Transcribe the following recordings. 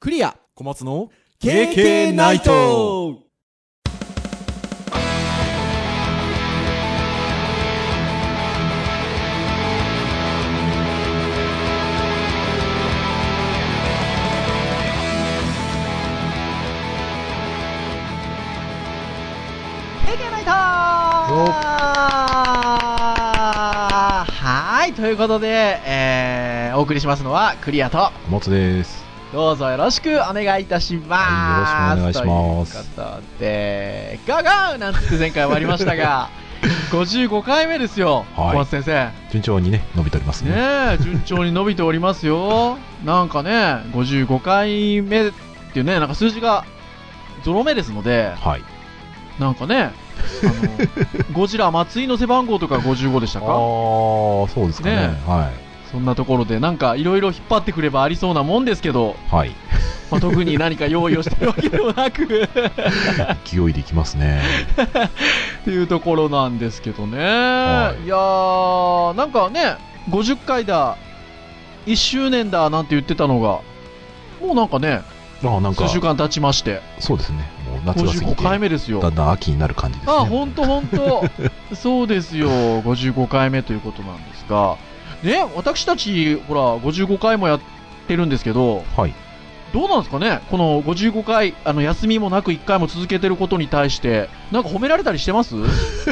クリア小松の KK ナイト。 はい、ということで、お送りしますのはクリアと小松です。 どうぞよろしくお願いいたします。 はい、よろしくお願いします。 ということで、ガガーなんつって前回終わりましたが55回目ですよ、 はい、 小松先生。 順調にね、伸びておりますね順調に伸びておりますよなんかね、55回目っていうね、なんか数字がゾロ目ですので、 はい、 なんかねゴジラ松井の背番号とか55でしたか。 そうですか ね、はい、 そんなところでなんかいろいろ引っ張ってくればありそうなもんですけど、 はい、 特に何か用意をしてるわけでもなく勢いでいきますねっていうところなんですけどね、 はい、 いやーなんかね50回だ1周年だなんて言ってたのがもうなんかねなんか数週間経ちまして、 そうですね、もう夏が過ぎて 55回目ですよ。 だんだん秋になる感じですね。 ほんとそうですよ、55回目ということなんですがね、私たちほら55回もやってるんですけど、 はい、 どうなんですかね、この55回休みもなく1回も続けてることに対してなんか褒められたりしてます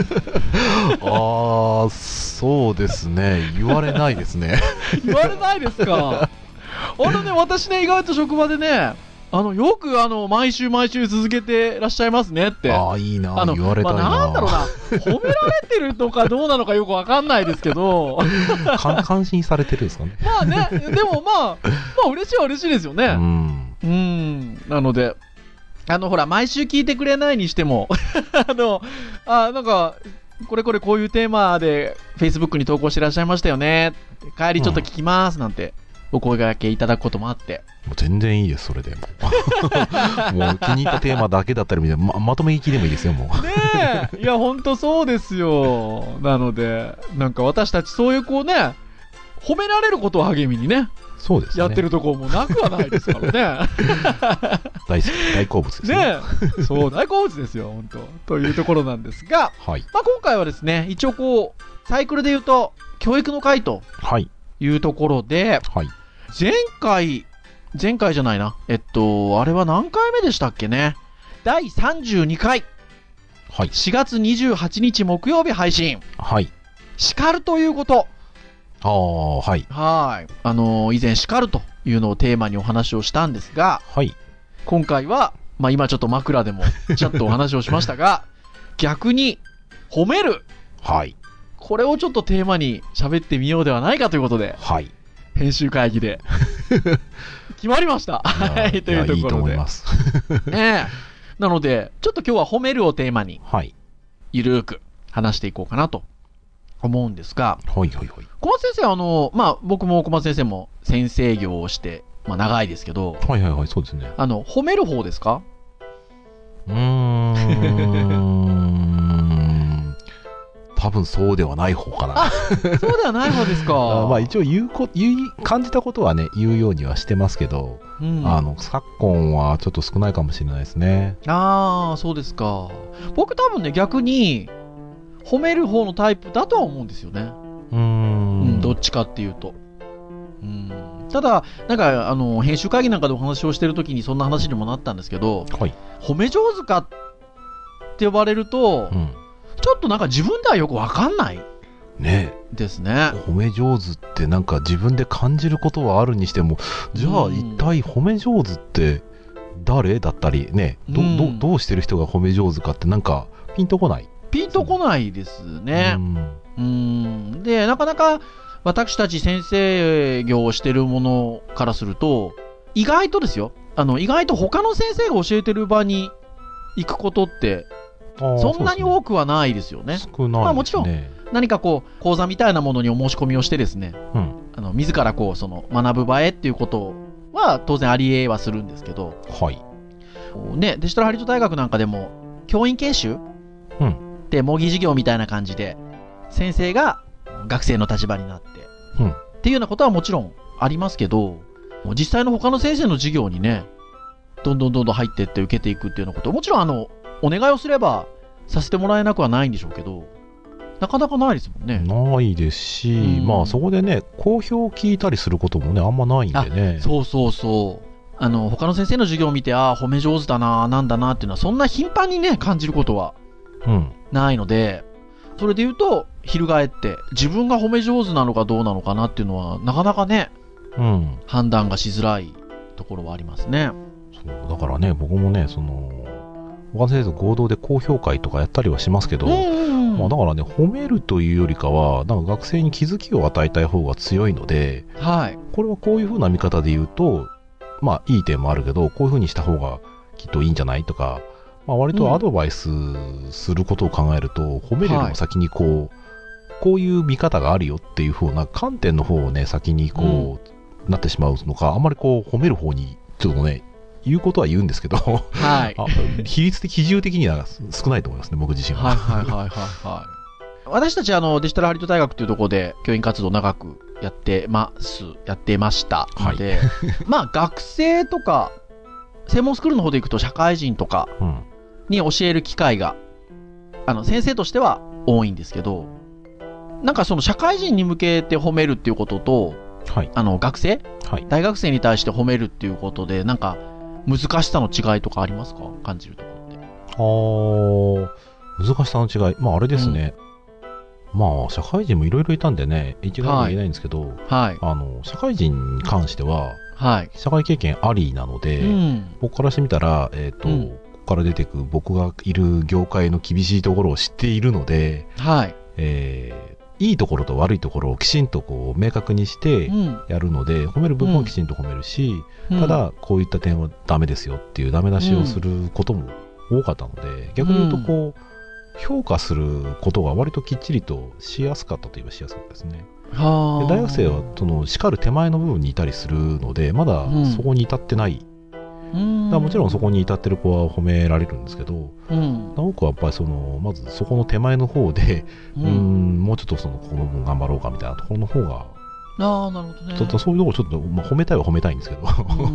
そうですね、言われないですね言われないですか私ね、意外と職場でねよく毎週続けてらっしゃいますねって。 いいな、言われたいな。 なんだろうな、褒められてるとかどうなのかよくわかんないですけど感心されてるんですかね。 まあね、でもまあ嬉しいは嬉しいですよね。なのでほら毎週聞いてくれないにしてもなんかこれこういうテーマで Facebook に投稿してらっしゃいましたよね、帰りちょっと聞きますなんてお声掛けいただくこともあって、 もう全然いいです、それでもう気に入ったテーマだけだったらまとめ聞きでもいいですよ、もうねえ、いやほんとそうですよ。なのでなんか私たちそういうこうね、褒められることを励みにね、 そうですね、 やってるところもなくはないですからね大好き、大好物ですね。 そう大好物ですよ本当というところなんですが、 はい、 今回はですね、一応こうサイクルで言うと教育の会というところで、 はい、 前回じゃないな、あれは何回目でしたっけね、第32回、 はい、 4月28日木曜日配信、 はい、 叱るということ。 はい、 以前叱るというのをテーマにお話をしたんですが、 はい、 今回は、今ちょっと枕でもちょっとお話をしましたが逆に褒める、 はい、 これをちょっとテーマに喋ってみようではないかということで、 はい、 編集会議で決まりましたはい、というところでいいと思いますね。なのでちょっと今日は褒めるをテーマに、はい、ゆるーく話していこうかなと思うんですが、 はいはいはい、 小松先生僕も小松先生も先生業をして、長いですけど、 はいはいはい、そうですね、 褒める方ですか？ 多分そうではない方かな。 そうではない方ですか。 一応感じたことはね、言うようにはしてますけど、昨今はちょっと少ないかもしれないですね。 そうですか。僕多分ね、逆に褒める方のタイプだとは思うんですよね。どっちかっていうと。ただなんか編集会議なんかでお話をしてるときにそんな話にもなったんですけど、はい、褒め上手かって呼ばれると、ちょっとなんか自分ではよく分かんないねですね。 褒め上手ってなんか自分で感じることはあるにしても、じゃあ一体褒め上手って誰だったりね、どうしてる人が褒め上手かってなんかピンとこないですね。でなかなか私たち先生業をしてるものからすると意外とですよ、意外と他の先生が教えてる場に行くことってそんなに多くはないですよね。 少ないですね。 もちろん何かこう講座みたいなものにお申し込みをしてですね、自らこうその学ぶ場へっていうことは当然ありえはするんですけど、 はいね、デジタルハリウッド大学なんかでも教員研修、で模擬授業みたいな感じで先生が学生の立場になって、っていうようなことはもちろんありますけど、実際の他の先生の授業にねどんどん入っていって受けていくっていうようなこと、もちろんお願いをすればさせてもらえなくはないんでしょうけど、なかなかないですもんね。 ないですし、まあそこでね、好評を聞いたりすることもね、あんまないんでね。 そうそうそう。他の先生の授業を見て、褒め上手だな、なんだなっていうのは、そんな頻繁にね、感じることはないので、それで言うと、翻って、自分が褒め上手なのかどうなのかなっていうのは、なかなかね、判断がしづらいところはありますね。 そうだからね、僕もね、他の先生と合同で高評会とかやったりはしますけど、まあ、だからね、褒めるというよりかは、なんか学生に気づきを与えたい方が強いので、これはこういう風な見方で言うと、まあいい点もあるけど、こういう風にした方がきっといいんじゃないとか、まあ割とアドバイスすることを考えると、褒めるよりも先にこういう見方があるよっていう風な観点の方をね、先になってしまうのか、あんまり褒める方に、ちょっとね、言うことは言うんですけど、比率的、比重的には少ないと思いますね、僕自身は。 私たちデジタルハリウッド大学というところで教員活動を長くやってましたので、まあ学生とか専門スクールの方で行くと社会人とかに教える機会が先生としては多いんですけど、なんかその社会人に向けて褒めるっていうことと、学生、大学生に対して褒めるっていうことでなんか難しさの違いとかありますか？感じるところって。 難しさの違い、まああれですね、まあ社会人もいろいろいたんでね、一概には言えないんですけど、社会人に関しては、社会経験ありなので、僕からしてみたら、ここから出てく僕がいる業界の厳しいところを知っているので、いいところと悪いところをきちんと明確にしてやるので、褒める部分はきちんと褒めるし、ただこういった点はダメですよっていうダメ出しをすることも多かったので、逆に言うと評価することが割ときっちりとしやすかったといえばしやすかったですね。で大学生は叱る手前の部分にいたりするので、まだそこに至ってない。もちろんそこに至ってる子は褒められるんですけど、僕はやっぱりまずそこの手前の方で、もうちょっとこの分頑張ろうかみたいなところの方が、 なるほどね。 ちょっとそういうところちょっと、褒めたいは褒めたいんですけど。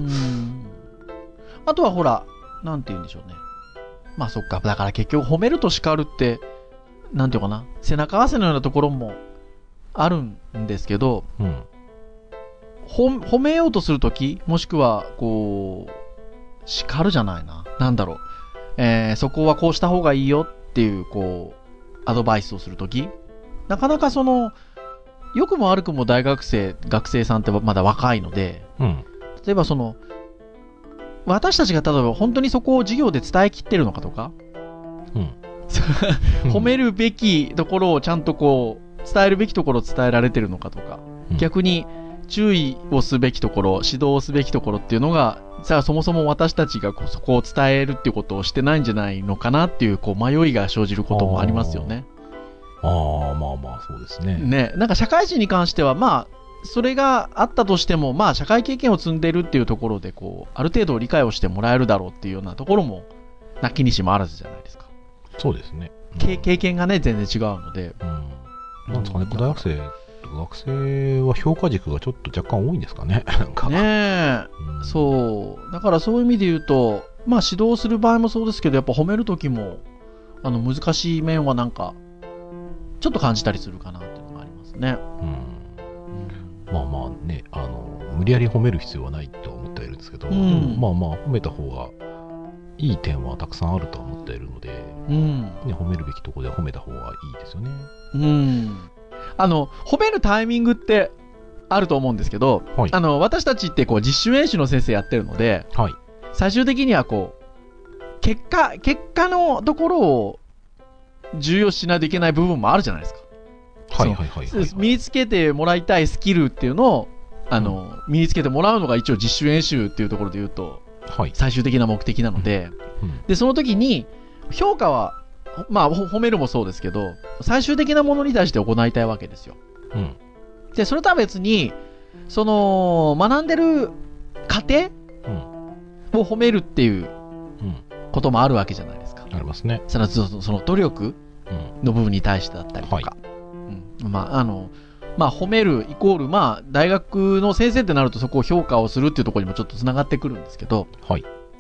あとはほら、なんて言うんでしょうね。まあそっか、だから結局褒めると叱るって、なんていうかな、背中合わせのようなところもあるんですけど、褒めようとするとき、もしくは、叱るじゃないな。なんだろう。そこはこうした方がいいよっていう、アドバイスをするとき、なかなか良くも悪くも学生さんってまだ若いので、例えば私たちが例えば本当にそこを授業で伝えきってるのかとか、褒めるべきところをちゃんと伝えるべきところを伝えられてるのかとか、逆に注意をすべきところ、指導をすべきところっていうのが、そもそも私たちがそこを伝えるっていうことをしてないんじゃないのかなっていう迷いが生じることもありますよね。 まあそうですね。 ね、なんか社会人に関してはまあそれがあったとしても、まあ社会経験を積んでるっていうところである程度理解をしてもらえるだろうっていうようなところもなきにしもあらずじゃないですか。 そうですね。 経験がね全然違うので。 なんですかね、大学生は評価軸がちょっと若干多いんですかね。 そう。だからそういう意味で言うと、まあ指導する場合もそうですけど、やっぱ褒めるときも、難しい面はなんか、ちょっと感じたりするかなっていうのがありますね。 まあまあね、無理やり褒める必要はないと思っているんですけど、まあまあ褒めた方がいい点はたくさんあると思っているので、褒めるべきところで褒めた方がいいですよね。 褒めるタイミングってあると思うんですけど、私たちって実習演習の先生やってるので、最終的には結果のところを重要視しないといけない部分もあるじゃないですか。身につけてもらいたいスキルっていうのを身につけてもらうのが一応実習演習っていうところで言うと、最終的な目的なので、でその時に評価はまあ褒めるもそうですけど、最終的なものに対して行いたいわけですよ。でそれとは別に学んでる過程を褒めるっていうこともあるわけじゃないですか。 ありますね。 その努力の部分に対してだったりとか、まあ褒めるイコールまあ大学の先生ってなるとそこを評価をするっていうところにもちょっとつながってくるんですけど、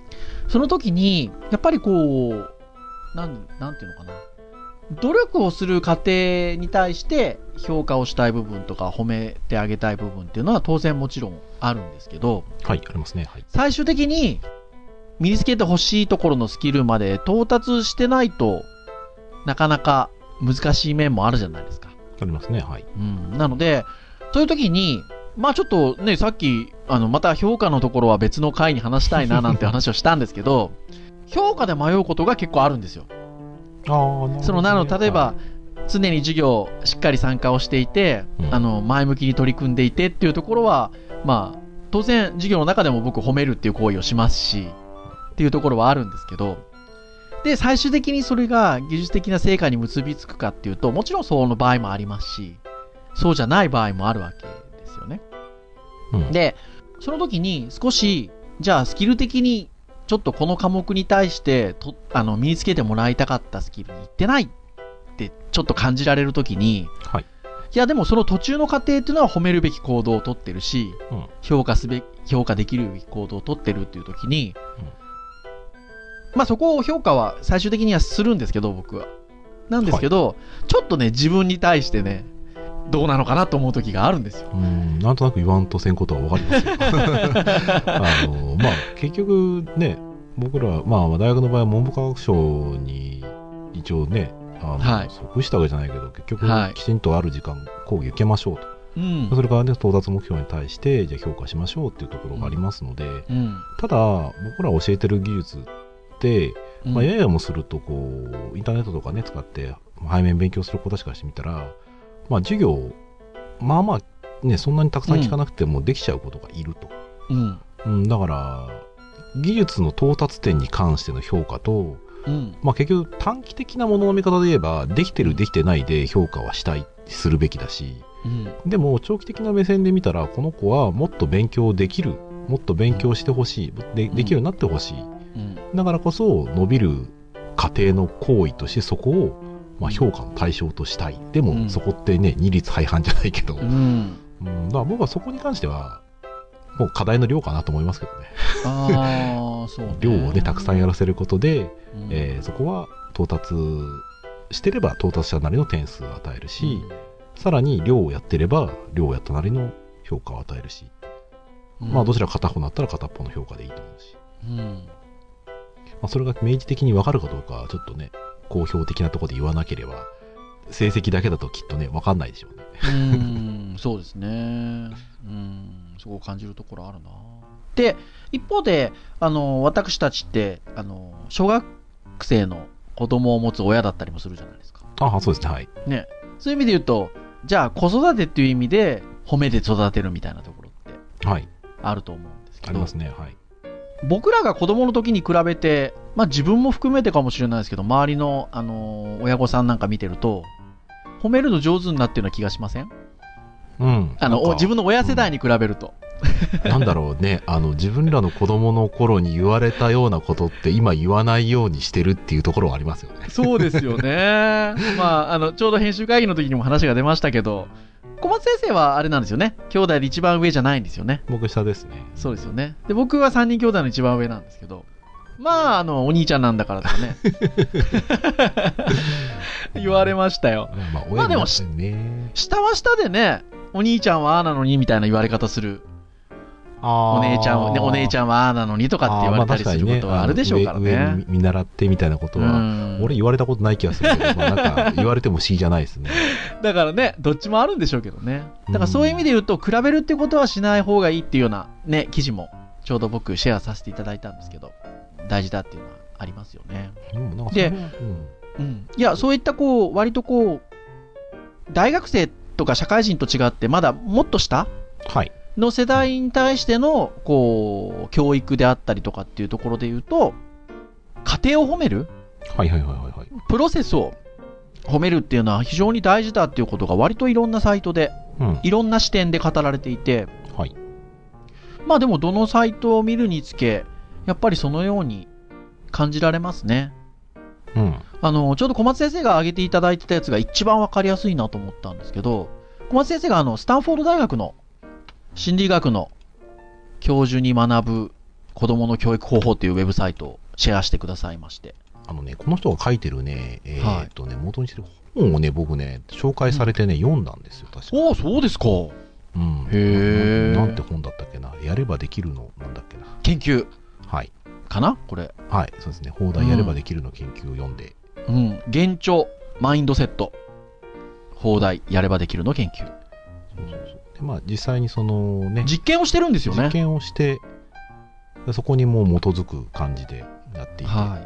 その時に、やっぱりこう、なんていうのかな。努力をする過程に対して評価をしたい部分とか褒めてあげたい部分っていうのは当然もちろんあるんですけど、 はい、ありますね。はい。 最終的に身につけてほしいところのスキルまで到達してないとなかなか難しい面もあるじゃないですか。 ありますね。はい。 なので、そういう時に、まあちょっとね、さっき、また評価のところは別の回に話したいななんて話をしたんですけど、評価で迷うことが結構あるんですよ。 なるほどね。 例えば、常に授業しっかり参加をしていて、前向きに取り組んでいてっていうところは、まあ、当然授業の中でも僕褒めるっていう行為をしますし、っていうところはあるんですけど、で、最終的にそれが技術的な成果に結びつくかっていうと、もちろんその場合もありますし、そうじゃない場合もあるわけですよね。で、その時に少し、じゃあスキル的にちょっとこの科目に対して身につけてもらいたかったスキルにいってないってちょっと感じられるときに、 はい。 いやでもその途中の過程っていうのは褒めるべき行動をとってるし、評価できるべき行動をとってるっていうときに、まあそこを評価は最終的にはするんですけど、僕は。なんですけど、ちょっとね、自分に対してね、どうなのかなと思う時があるんですよ。 なんとなく言わんとせんことは分かりますよ。まあ結局ね、僕ら、まあ大学の場合は文部科学省に一応ね、即したわけじゃないけど、結局きちんとある時間、講義受けましょうと。それからね、到達目標に対して、じゃあ評価しましょうっていうところがありますので、ただ、僕ら教えてる技術って、まあ、ややもすると、こう、インターネットとかね、使って、背面勉強する子たちからしてみたら、まあ、授業、まあまあ、ね、そんなにたくさん聞かなくてもできちゃうことがいると。だから、技術の到達点に関しての評価と、まあ結局短期的なものの見方で言えば、できてるできてないで評価はするべきだし、でも長期的な目線で見たら、この子はもっと勉強できる、もっと勉強してほしい、できるようになってほしい、だからこそ伸びる過程の行為としてそこをまあ評価の対象としたい。でもそこってね、二律背反じゃないけど、だから僕はそこに関してはもう課題の量かなと思いますけどね。 そうね。 量をね、たくさんやらせることで、そこは到達してれば到達者なりの点数を与えるし、さらに量をやってれば量をやったなりの評価を与えるし、まあどちら片方だったら片方の評価でいいと思うし、まあ、それが明示的に分かるかどうかはちょっとね、公表的なところで言わなければ、成績だけだときっとね、分かんないでしょうね。そうですね。そこを感じるところあるな。で、一方で、私たちって、小学生の子供を持つ親だったりもするじゃないですか。 そうですね、はい。 ね。そういう意味で言うと、じゃあ子育てっていう意味で褒めて育てるみたいなところって、あると思うんですけど。 ありますね、はい。 僕らが子供の時に比べて、まあ自分も含めてかもしれないですけど、周りの、親御さんなんか見てると、褒めるの上手になってるような気がしません？自分の親世代に比べると。 なんだろうね、自分らの子供の頃に言われたようなことって今言わないようにしてるっていうところはありますよね。 そうですよね。まあ、ちょうど編集会議の時にも話が出ましたけど、小松先生はあれなんですよね。兄弟で一番上じゃないんですよね。 僕下ですね。 そうですよね。で、僕は3人兄弟の一番上なんですけど、まあ、お兄ちゃんなんだからとかね。言われましたよ。まあでも、下は下でね、お兄ちゃんはああなのにみたいな言われ方する。お姉ちゃんはああなのにとかって言われたりすることはあるでしょうからね。 上に見習ってみたいなことは、俺言われたことない気がするけど、なんか言われても不思議じゃないですね。 だからね、どっちもあるんでしょうけどね。だからそういう意味で言うと、比べるってことはしない方がいいっていうようなね、記事もちょうど僕シェアさせていただいたんですけど、大事だっていうのはありますよね。で、いや、そういったこう、割とこう、大学生とか社会人と違って、まだもっと下の世代に対しての、こう、教育であったりとかっていうところで言うと、過程を褒める？プロセスを褒めるっていうのは非常に大事だっていうことが割といろんなサイトで、いろんな視点で語られていて、まあでもどのサイトを見るにつけ、やっぱりそのように感じられますね。ちょうど小松先生が挙げていただいてたやつが一番わかりやすいなと思ったんですけど、小松先生がスタンフォード大学の心理学の教授に学ぶ子供の教育方法っていうウェブサイトをシェアしてくださいまして。 この人が書いてるね、元にしてる本をね、僕ね、紹介されてね、読んだんですよ、確か。 そうですか。 うん。 へー。 なんて本だったっけな。やればできるの、なんだっけな。 研究。 はい。 かなこれ。 はい、そうですね。放題やればできるの研究を読んで。 幻聴、マインドセット。放題やればできるの研究。 で、実際にそのね。 実験をしてるんですよね。 実験をして、そこにもう基づく感じでやっていて。はい。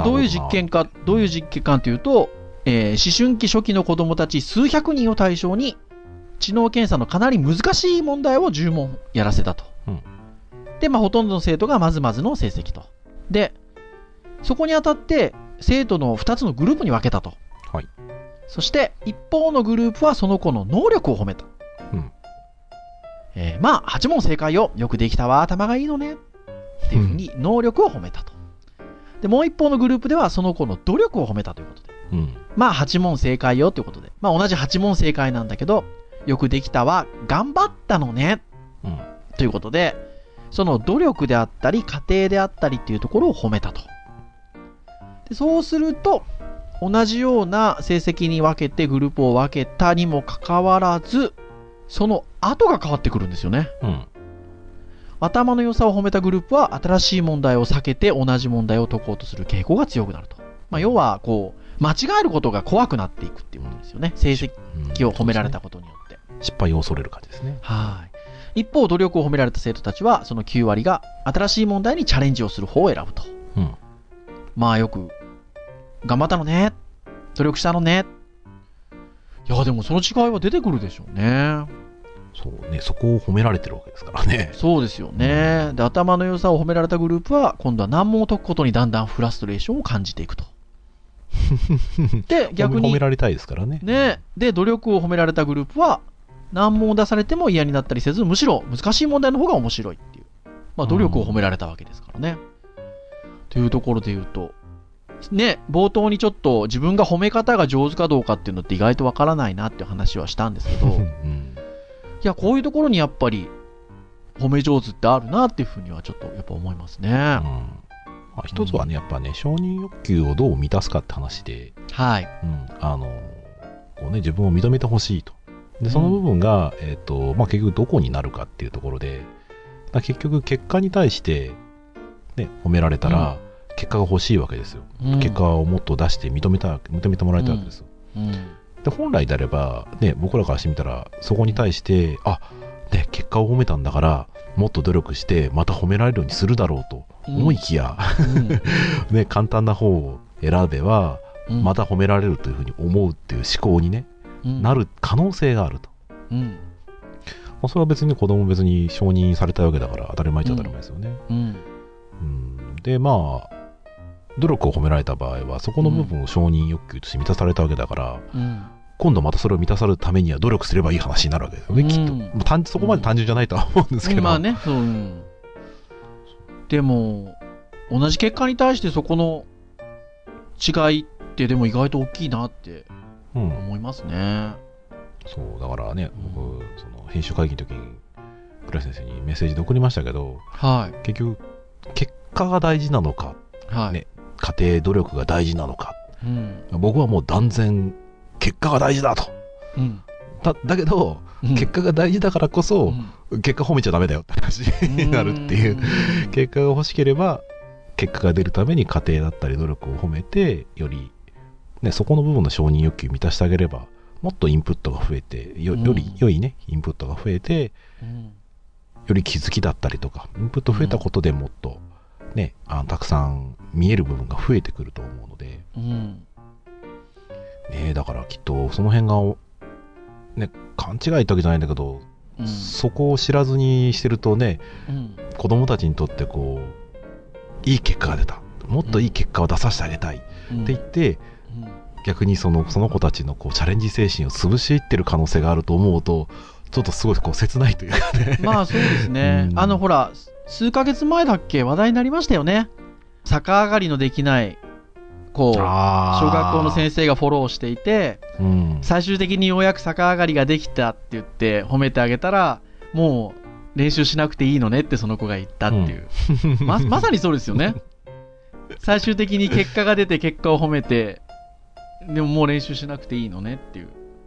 どういう実験かというと、思春期初期の子供たち数百人を対象に、知能検査のかなり難しい問題を10問やらせたと。で、ほとんどの生徒がまずまずの成績と。で、そこにあたって、生徒の2つのグループに分けたと。 はい。 そして、一方のグループはその子の能力を褒めた。8問正解よ。よくできたわ。頭がいいのね。っていうふうに能力を褒めたと。で、もう一方のグループではその子の努力を褒めたということで。8問正解よということで。同じ8問正解なんだけど、よくできたわ。頑張ったのね。ということで、その努力であったり、過程であったりっていうところを褒めたと。で、そうすると、同じような成績に分けてグループを分けたにもかかわらず、その後が変わってくるんですよね。頭の良さを褒めたグループは新しい問題を避けて同じ問題を解こうとする傾向が強くなると。要は、間違えることが怖くなっていくっていうことですよね。成績を褒められたことによって。 失敗を恐れる感じですね。 はい。一方、努力を褒められた生徒たちは、その9割が新しい問題にチャレンジをする方を選ぶと。よく、頑張ったのね。努力したのね。いや、でもその違いは出てくるでしょうね。 そうね、そこを褒められてるわけですからね。 そうですよね。で、頭の良さを褒められたグループは、今度は難問を解くことにだんだんフラストレーションを感じていくと。で、逆に。 褒められたいですからね。 で、努力を褒められたグループは、難問を出されても嫌になったりせず、むしろ難しい問題の方が面白いっていう。努力を褒められたわけですからね。というところで言うと、冒頭にちょっと自分が褒め方が上手かどうかっていうのって意外とわからないなっていう話はしたんですけど、いや、こういうところにやっぱり褒め上手ってあるなっていうふうにはちょっとやっぱ思いますね。 一つはね、やっぱね、承認欲求をどう満たすかって話で、自分を認めてほしいと。で、その部分が、結局どこになるかっていうところで、結局結果に対して、褒められたら、結果が欲しいわけですよ。結果をもっと出して認めてもらいたいわけですよ。で、本来であれば、僕らからしてみたら、そこに対して、結果を褒めたんだから、もっと努力して、また褒められるようにするだろうと思いきや、簡単な方を選べば、また褒められるというふうに思うっていう思考になる可能性があると。それは別に子供別に承認されたわけだから当たり前っちゃ当たり前ですよね。で、努力を褒められた場合はそこの部分を承認欲求として満たされたわけだから、今度またそれを満たされるためには努力すればいい話になるわけですよね、きっと。そこまで単純じゃないとは思うんですけど。 でも同じ結果に対してそこの違いってでも意外と大きいなって思いますね。 そうだからね、僕その編集会議の時に倉石先生にメッセージで送りましたけど、結局結果が大事なのか、家庭努力が大事なのか、僕はもう断然結果が大事だと、だけど、結果が大事だからこそ、結果褒めちゃダメだよって話になるっていう、結果が欲しければ結果が出るために家庭だったり努力を褒めて、より、そこの部分の承認欲求を満たしてあげれば、もっとインプットが増えて、より良いインプットが増えて、より気づきだったりとか、インプット増えたことでもっとたくさん見える部分が増えてくると思うので、だからきっとその辺が、勘違いってわけじゃないんだけど、そこを知らずにしてると子供たちにとっていい結果が出た、もっといい結果を出させてあげたいって言って、逆にその子たちのチャレンジ精神を潰していってる可能性があると思うと、ちょっとすごい切ないというかね。 そうですね。ほら、数ヶ月前だっけ話題になりましたよね。逆上がりのできない小学校の先生がフォローしていて、最終的にようやく逆上がりができたって言って褒めてあげたら、も練習しなくていいのねってその子が言ったっていう。まさにそうですよね。最終的に結果が出て結果を褒めて、でももう練習しなくていいのねっていう。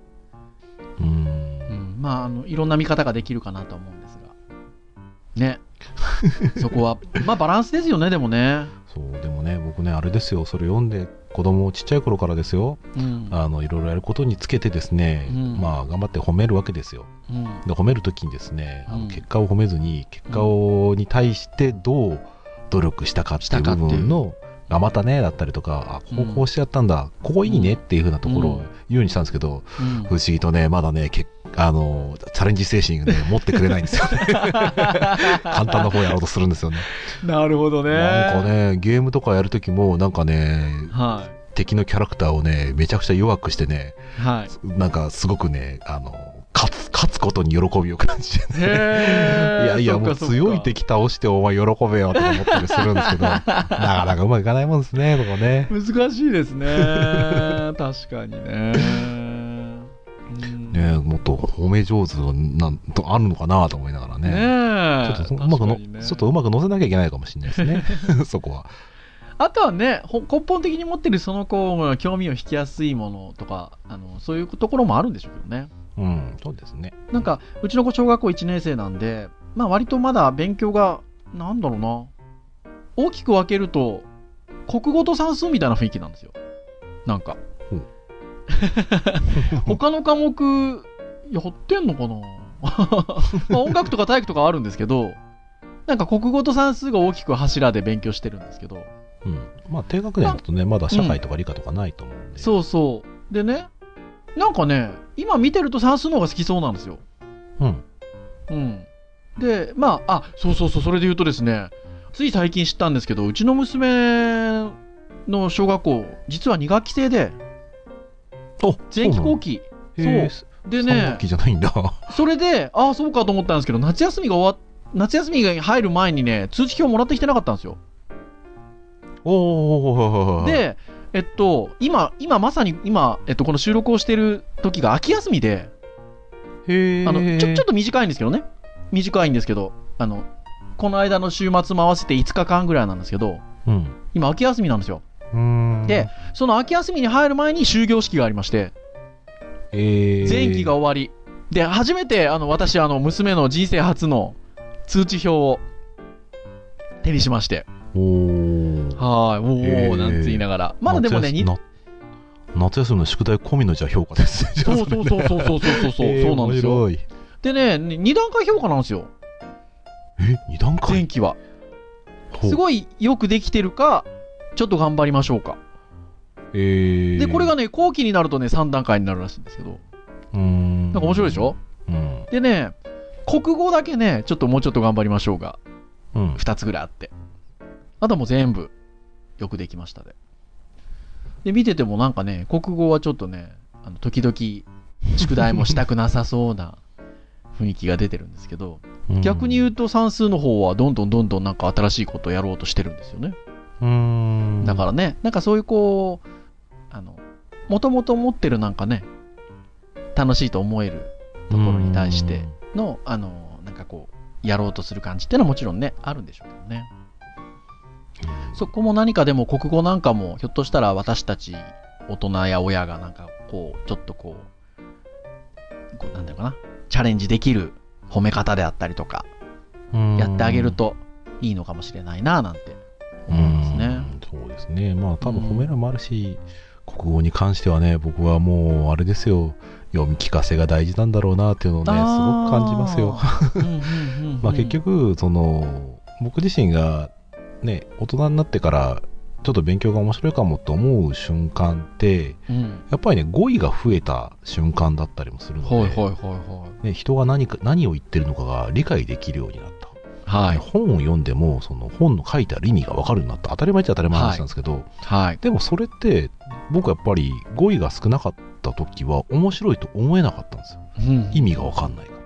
まあ、いろんな見方ができるかなと思うんですが。ね。そこは、まあバランスですよね、でもね。 そう、でもね、僕ね、あれですよ、それ読んで、子供ちっちゃい頃からですよ、いろいろやることにつけてですね、まあ頑張って褒めるわけですよ。で褒めるときにですね、結果を褒めずに、結果に対してどう努力したかっていう部分の、頑張ったねだったりとか、こうしてやったんだ、ここいいねっていう風なところを言うようにしたんですけど、不思議とね、まだね、チャレンジ精神がね、持ってくれないんですよね。簡単な方やろうとするんですよね。 なるほどね。 なんかね、ゲームとかやるときも、なんかね、敵のキャラクターをね、めちゃくちゃ弱くしてね、なんかすごくね、勝つことに喜びを感じて、ね、いやもう強い敵倒してお前喜べよとか思ったりするんですけど、なかなかうまくいかないもんですね、ここね。 難しいですね。確かにね。 ね、もっと褒め上手あるのかなと思いながらね。ちょっとうまく乗せなきゃいけないかもしれないですね。そこは。 あとはね、根本的に持ってるその子が興味を引きやすいものとか、そういうところもあるんでしょうけどね。 そうですね。 なんか、うちの子小学校1年生なんで、まあ割とまだ勉強が、なんだろうな、大きく分けると、国語と算数みたいな雰囲気なんですよ。なんか。他の科目、やってんのかなまあ音楽とか体育とかあるんですけど、なんか国語と算数が大きく柱で勉強してるんですけど。 まあ低学年だとね、まだ社会とか理科とかないと思うんで。 そうそう。でね、なんかね、今見てると算数の方が好きそうなんですよ。で、まあ、そう、それで言うとですね、つい最近知ったんですけど、うちの娘の小学校、実は2学期制で、前期後期。そう。でね、 3学期じゃないんだ。 それで、そうかと思ったんですけど、夏休みが入る前にね、通知表もらってきてなかったんですよ。で、今まさにこの収録をしてる時が秋休みで、ちょっと短いんですけどね。短いんですけど、この間の週末も合わせて5日間ぐらいなんですけど、今秋休みなんですよ。で、その秋休みに入る前に終業式がありまして、前期が終わり。で、初めて私、娘の人生初の通知表を手にしまして。なんて言いながら。まだでもね、 夏休みの宿題込みのじゃ評価ですね。 そうなんですよ。でね、2段階評価なんですよ。 2段階？ 前期は。すごいよくできてるか、ちょっと頑張りましょうか。で、これがね、後期になるとね、3段階になるらしいんですけど。なんか面白いでしょ？でね、国語だけね、ちょっともうちょっと頑張りましょうが、2つぐらいあって。あとはもう全部、よくできましたで。で、見ててもなんかね、国語はちょっとね、時々、宿題もしたくなさそうな雰囲気が出てるんですけど、逆に言うと算数の方はどんどんなんか新しいことをやろうとしてるんですよね。だからね、なんかそういうこう、もともと持ってるなんかね、楽しいと思えるところに対しての、なんかこう、やろうとする感じっていうのはもちろんね、あるんでしょうけどね。そこも何かでも国語なんかもひょっとしたら私たち大人や親がなんかこうちょっとこうなんだろうかな、チャレンジできる褒め方であったりとかやってあげるといいのかもしれないななんて思いますね。 そうですね。まあ多分褒めるのもあるし、国語に関してはね、僕はもうあれですよ、読み聞かせが大事なんだろうなっていうのをね、すごく感じますよ。まあ結局僕自身がね、大人になってからちょっと勉強が面白いかもと思う瞬間って、やっぱりね、語彙が増えた瞬間だったりもするので、人が何を言ってるのかが理解できるようになった。本を読んでもその本の書いてある意味が分かるようになった。当たり前っちゃ当たり前の話なんですけど、でもそれって僕やっぱり語彙が少なかった時は面白いと思えなかったんですよ。意味が分かんないから。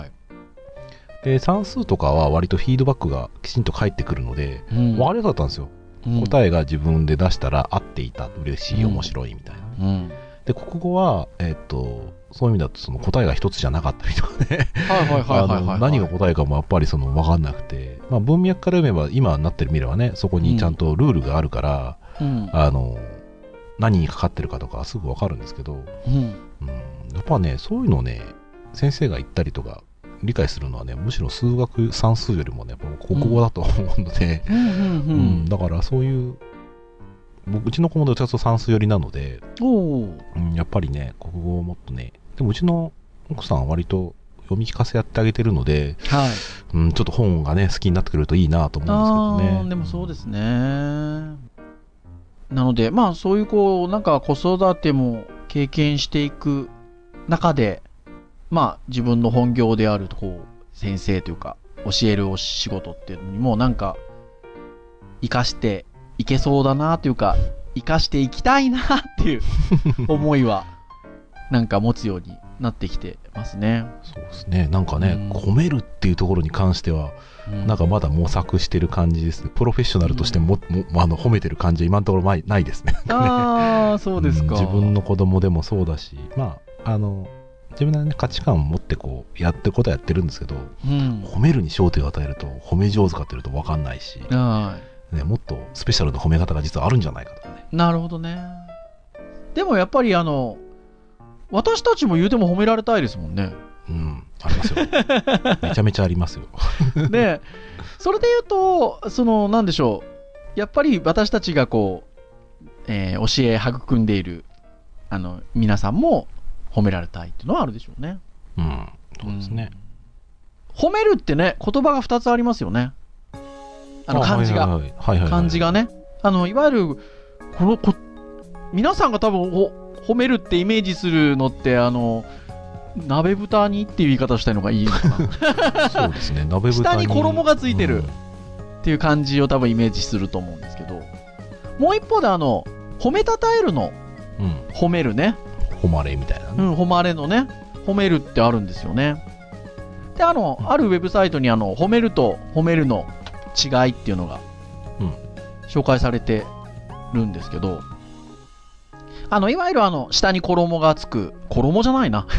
で算数とかは割とフィードバックがきちんと返ってくるので、分かりやすかったんですよ。答えが自分で出したら合っていた、嬉しい、面白いみたいな。で国語はそういう意味だとその答えが一つじゃなかったりとかね何が答えかもやっぱりその分かんなくて、まあ、文脈から読めば今なってるみればねそこにちゃんとルールがあるから、何にかかってるかとかすぐ分かるんですけど、やっぱねそういうのね先生が言ったりとか理解するのはねむしろ数学算数よりもねやっぱ国語だと思うので、だからそういううちの子もどちらかというと算数寄りなので、やっぱりね国語をもっとねでもうちの奥さんは割と読み聞かせやってあげてるので、ちょっと本がね好きになってくれるといいなと思うんですけどね。 でもそうですね。なのでまあそういうこうなんか子育ても経験していく中でまあ自分の本業であるこう先生というか教えるお仕事っていうのにもなんか生かしていけそうだなというか生かしていきたいなっていう思いはなんか持つようになってきてますね。 そうですね。なんかね、褒めるっていうところに関しては、なんかまだ模索してる感じですね。プロフェッショナルとしても、褒めてる感じは今のところないですね。 そうですか。 自分の子供でもそうだし、まあ自分の、ね、価値観を持ってこうやってることはやってるんですけど、褒めるに焦点を与えると褒め上手かっていうと分かんないし、ね、もっとスペシャルな褒め方が実はあるんじゃないかとかね。 なるほどね。でもやっぱり私たちも言うても褒められたいですもんね。 ありますよ。めちゃめちゃありますよ。 で、それで言うと、なんでしょう。やっぱり私たちがこう、教え育んでいる、皆さんも褒められたいっていうのはあるでしょうね。 そうですね。 褒めるってね、言葉が2つありますよね。漢字が。漢字がね。いわゆる、皆さんが多分、褒めるってイメージするのって鍋蓋にっていう言い方をしたいのがいいのかな。 そうですね。鍋蓋下に衣がついてるっていう感じを多分イメージすると思うんですけど、もう一方で褒めたたえるの、褒めるね。 誉れみたいなね。 誉れのね、褒めるってあるんですよね。であるウェブサイトに褒めると褒めるの違いっていうのが紹介されてるんですけど。いわゆる下に衣がつく、衣じゃないな。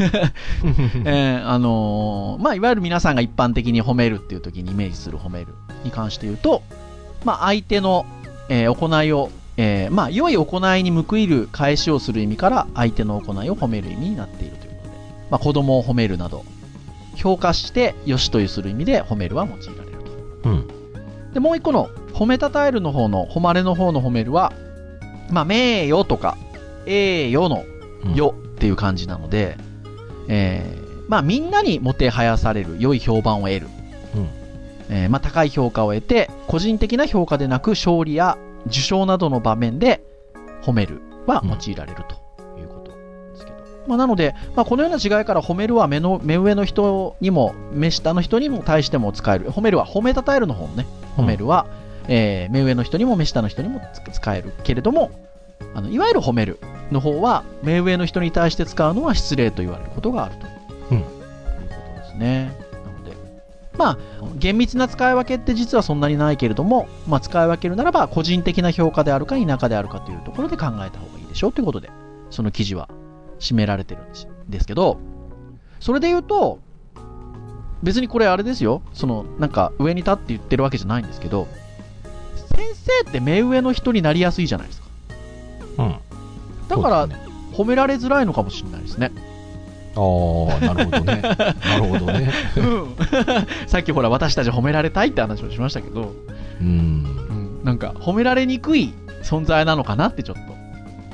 まあ、いわゆる皆さんが一般的に褒めるっていう時にイメージする褒めるに関して言うと、まあ、相手の、行いを、まあ、良い行いに報いる返しをする意味から相手の行いを褒める意味になっているということで、まあ、子供を褒めるなど、評価して良しというする意味で褒めるは用いられると。で、もう一個の褒めたたえるの方の、誉れの方の褒めるは、まあ、名誉とか、栄誉の誉っていう感じなので、まあみんなにもてはやされる良い評判を得る、まあ高い評価を得て個人的な評価でなく勝利や受賞などの場面で褒めるは用いられるということですけど、まあなので、まあ、このような違いから褒めるは目上の人にも目下の人にも対しても使える。褒めるは褒めたたえるの方のね、褒めるは、目上の人にも目下の人にも使えるけれども、いわゆる褒めるの方は目上の人に対して使うのは失礼と言われることがあると、いうことですね。なのでまあ厳密な使い分けって実はそんなにないけれども、まあ、使い分けるならば個人的な評価であるか否かであるかというところで考えた方がいいでしょうということでその記事は締められてるんですけど、それで言うと別にこれあれですよ、なんか上に立って言ってるわけじゃないんですけど、先生って目上の人になりやすいじゃないですか。だから、褒められづらいのかもしれないですね。 なるほどね。なるほどね。 さっきほら私たち褒められたいって話をしましたけど、なんか褒められにくい存在なのかなってちょっと。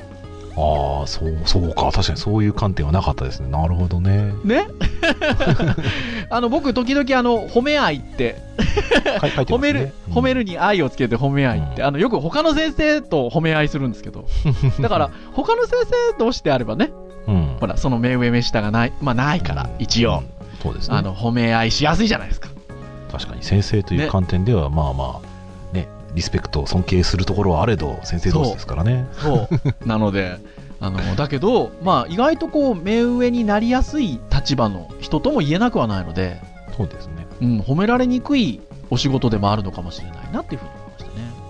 そうか、確かにそういう観点はなかったですね。なるほどね。 ね僕時々褒め愛って褒める、 褒めるに愛をつけて褒め愛って、よく他の先生と褒め愛するんですけどだから他の先生同士であればね、ほらその目上目下がない、まあないから一応、 そうですね、 褒め愛しやすいじゃないですか。 確かに先生という観点では、まあまあね、リスペクト尊敬するところはあれど先生同士ですからね。 そうなのでだけど、まあ、意外とこう目上になりやすい立場の人とも言えなくはないので、 そうですね、 褒められにくいお仕事でもあるのかもしれないなっていうふうに思いましたね。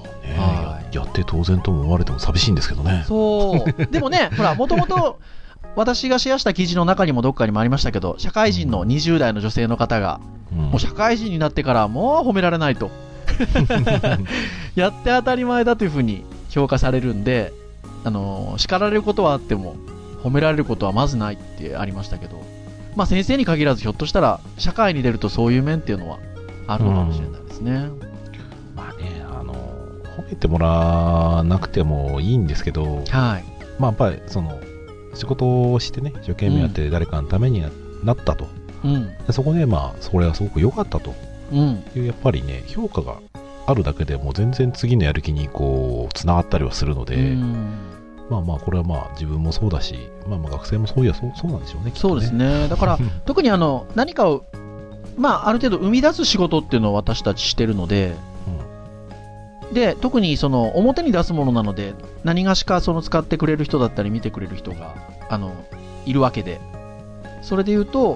そうか、やって当然とも思われても寂しいんですけどね。 そうでもねほらもともと私がシェアした記事の中にもどっかにもありましたけど、社会人の20代の女性の方が、もう社会人になってからもう褒められないと。やって当たり前だというふうに評価されるんで、叱られることはあっても、褒められることはまずないってありましたけど、まあ先生に限らずひょっとしたら、社会に出るとそういう面っていうのはあるのかもしれないですね。 まあね、褒めてもらわなくてもいいんですけど、 はい。 まあやっぱり仕事をしてね、一生懸命やって誰かのためになったと。でそこでまあ、それはすごく良かったという、やっぱりね、評価があるだけでもう全然次のやる気にこう、つながったりはするので、まあまあ、これはまあ自分もそうだし、まあまあ学生もそうなんでしょうね、きっとね。 そうですね。だから、特に何かを、まあある程度生み出す仕事っていうのを私たちしてるので、で、特に表に出すものなので、何がしか使ってくれる人だったり見てくれる人が、いるわけで、それで言うと、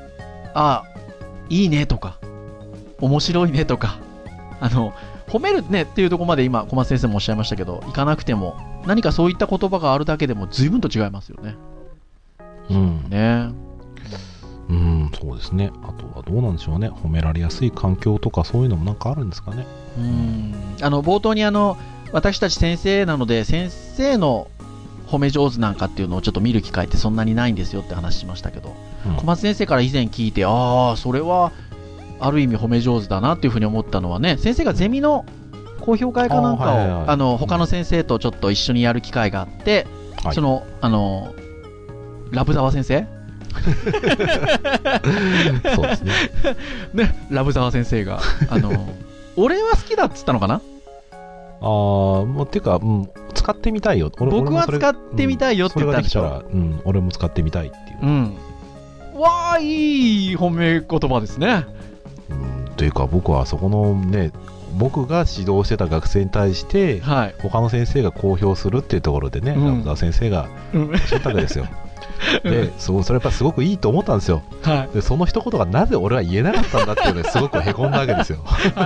いいねとか、面白いねとか、褒めるねっていうところまで今、小松先生もおっしゃいましたけど、いかなくても、何かそういった言葉があるだけでも随分と違いますよね。ね。 そうですね。あとはどうなんでしょうね。褒められやすい環境とかそういうのもなんかあるんですかね。 冒頭に私たち先生なので、先生の褒め上手なんかっていうのをちょっと見る機会ってそんなにないんですよって話しましたけど、小松先生から以前聞いて、それはある意味褒め上手だなっていうふうに思ったのはね、先生がゼミの講評会かなんかを他の先生とちょっと一緒にやる機会があって、ラブ沢先生そうですね。 ね、ラブ沢先生が俺は好きだっつったのかな。 もうっていうか、使ってみたいよ。 僕は使ってみたいよって言ったんでしょ。 それができたら、俺も使ってみたいっていう。 わあ、いい褒め言葉ですね。 というか、僕はそこのね、僕が指導してた学生に対して、他の先生が公表するっていうところでね、ラブ沢先生がおっしゃったわけですよ。で、それやっぱすごくいいと思ったんですよ。で、その一言がなぜ俺は言えなかったんだっていうのですごくへこんだわけですよ。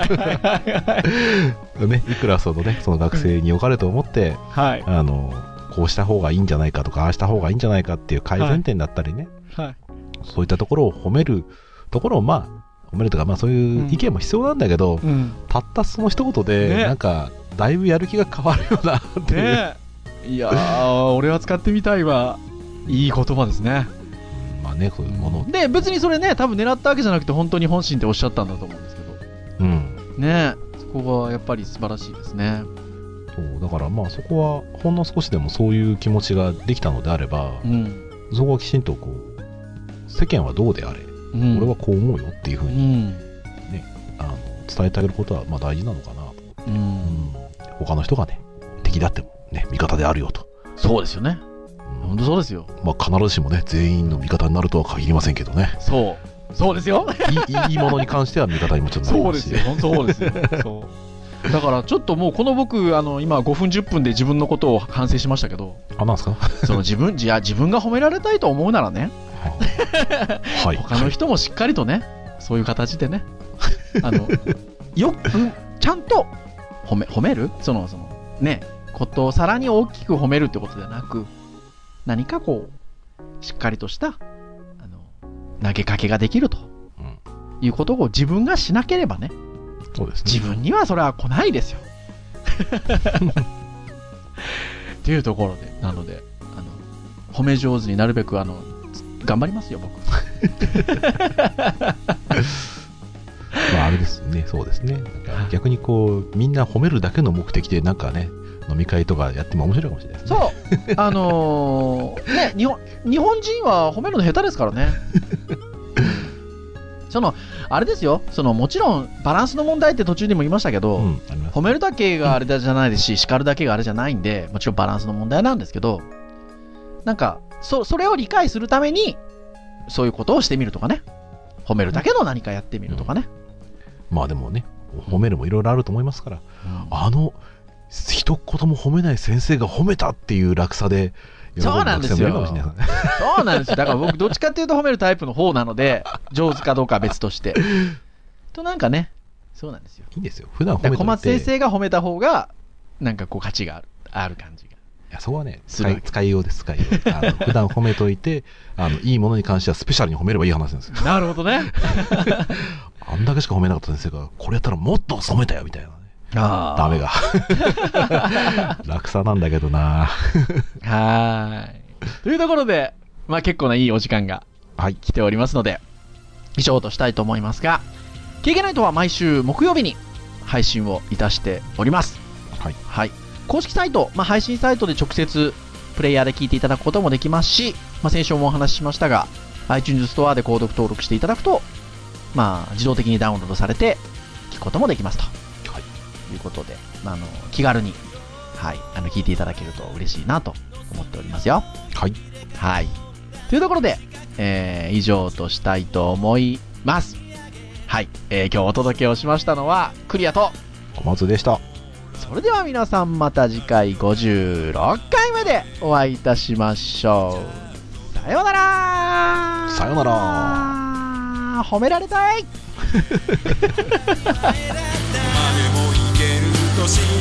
ね、いくらその学生に良かれと思って、こうした方がいいんじゃないかとか、ああした方がいいんじゃないかっていう改善点だったりね、そういったところを褒めるところを褒めるとか、そういう意見も必要なんだけど、たったその一言で、なんかだいぶやる気が変わるよなっていう。 いやー、俺は使ってみたいわ。いい言葉ですね。 まあね、こういうもので、別にそれね、多分狙ったわけじゃなくて本当に本心っておっしゃったんだと思うんですけど、ね、そこがやっぱり素晴らしいですね。 そうだからそこはほんの少しでもそういう気持ちができたのであれば、そこはきちんとこう世間はどうであれ、俺はこう思うよっていうふうに、ね、伝えてあげることは大事なのかなと。他の人がね、敵だってもね、味方であるよと。 そうですよね。本当そうですよ。 必ずしもね、全員の味方になるとは限りませんけどね。 そうですよ。 いいものに関しては味方にもちょっとなりますし。 そうですよ。だからちょっともうこの僕今5分10分で自分のことを反省しましたけど。 なんですか？ 自分が褒められたいと思うならね。他の人もしっかりとね、そういう形でね、よくちゃんと褒めるね、ことをさらに大きく褒めるってことではなく、何かこうしっかりとした投げかけができると、いうことを自分がしなければね、 そうですね、 自分にはそれは来ないですよ。っていうところで、なので褒め上手になるべく頑張りますよ僕。 あれですね、そうですね。逆にこうみんな褒めるだけの目的でなんかね、飲み会とかやっても面白いかもしれないですね。 そうね、日本人は褒めるの下手ですからね。あれですよ、もちろんバランスの問題って途中でも言いましたけど、褒めるだけがあれじゃないですし、叱るだけがあれじゃないんで、もちろんバランスの問題なんですけど、なんかそれを理解するためにそういうことをしてみるとかね、褒めるだけの何かやってみるとかね。 でもね、褒めるもいろいろあると思いますから、一言も褒めない先生が褒めたっていう落差で、 そうなんですよ。そうなんですよ。だから僕どっちかっていうと褒めるタイプの方なので、上手かどうかは別として。なんかね、そうなんですよ。 いいんですよ。普段褒めて小松先生が褒めた方がなんかこう価値がある感じが。 やそこはね使いようです。使いよう普段褒めといていいものに関してはスペシャルに褒めればいい話なんですよ。 なるほどね。 あんだけしか褒めなかった先生がこれやったらもっと染めたよみたいなね。ダメが楽さなんだけどな。 はい。というところで、まあ結構ないいお時間が来ておりますので、以上としたいと思いますが、KKナイトは毎週木曜日に配信をいたしております。 はい。 はい。公式サイト、配信サイトで直接プレイヤーで聞いていただくこともできますし、先週もお話ししましたが、iTunes ストアで購読登録していただくと、自動的にダウンロードされて聞くこともできますと。いうことで、気軽に、聞いていただけると嬉しいなと思っておりますよ。 はい。 はい。というところで、以上としたいと思います。はい。今日お届けをしましたのは、クリアと小松でした。 それでは皆さんまた次回56回目でお会いいたしましょう。さようなら。 さようなら。 褒められたい。 年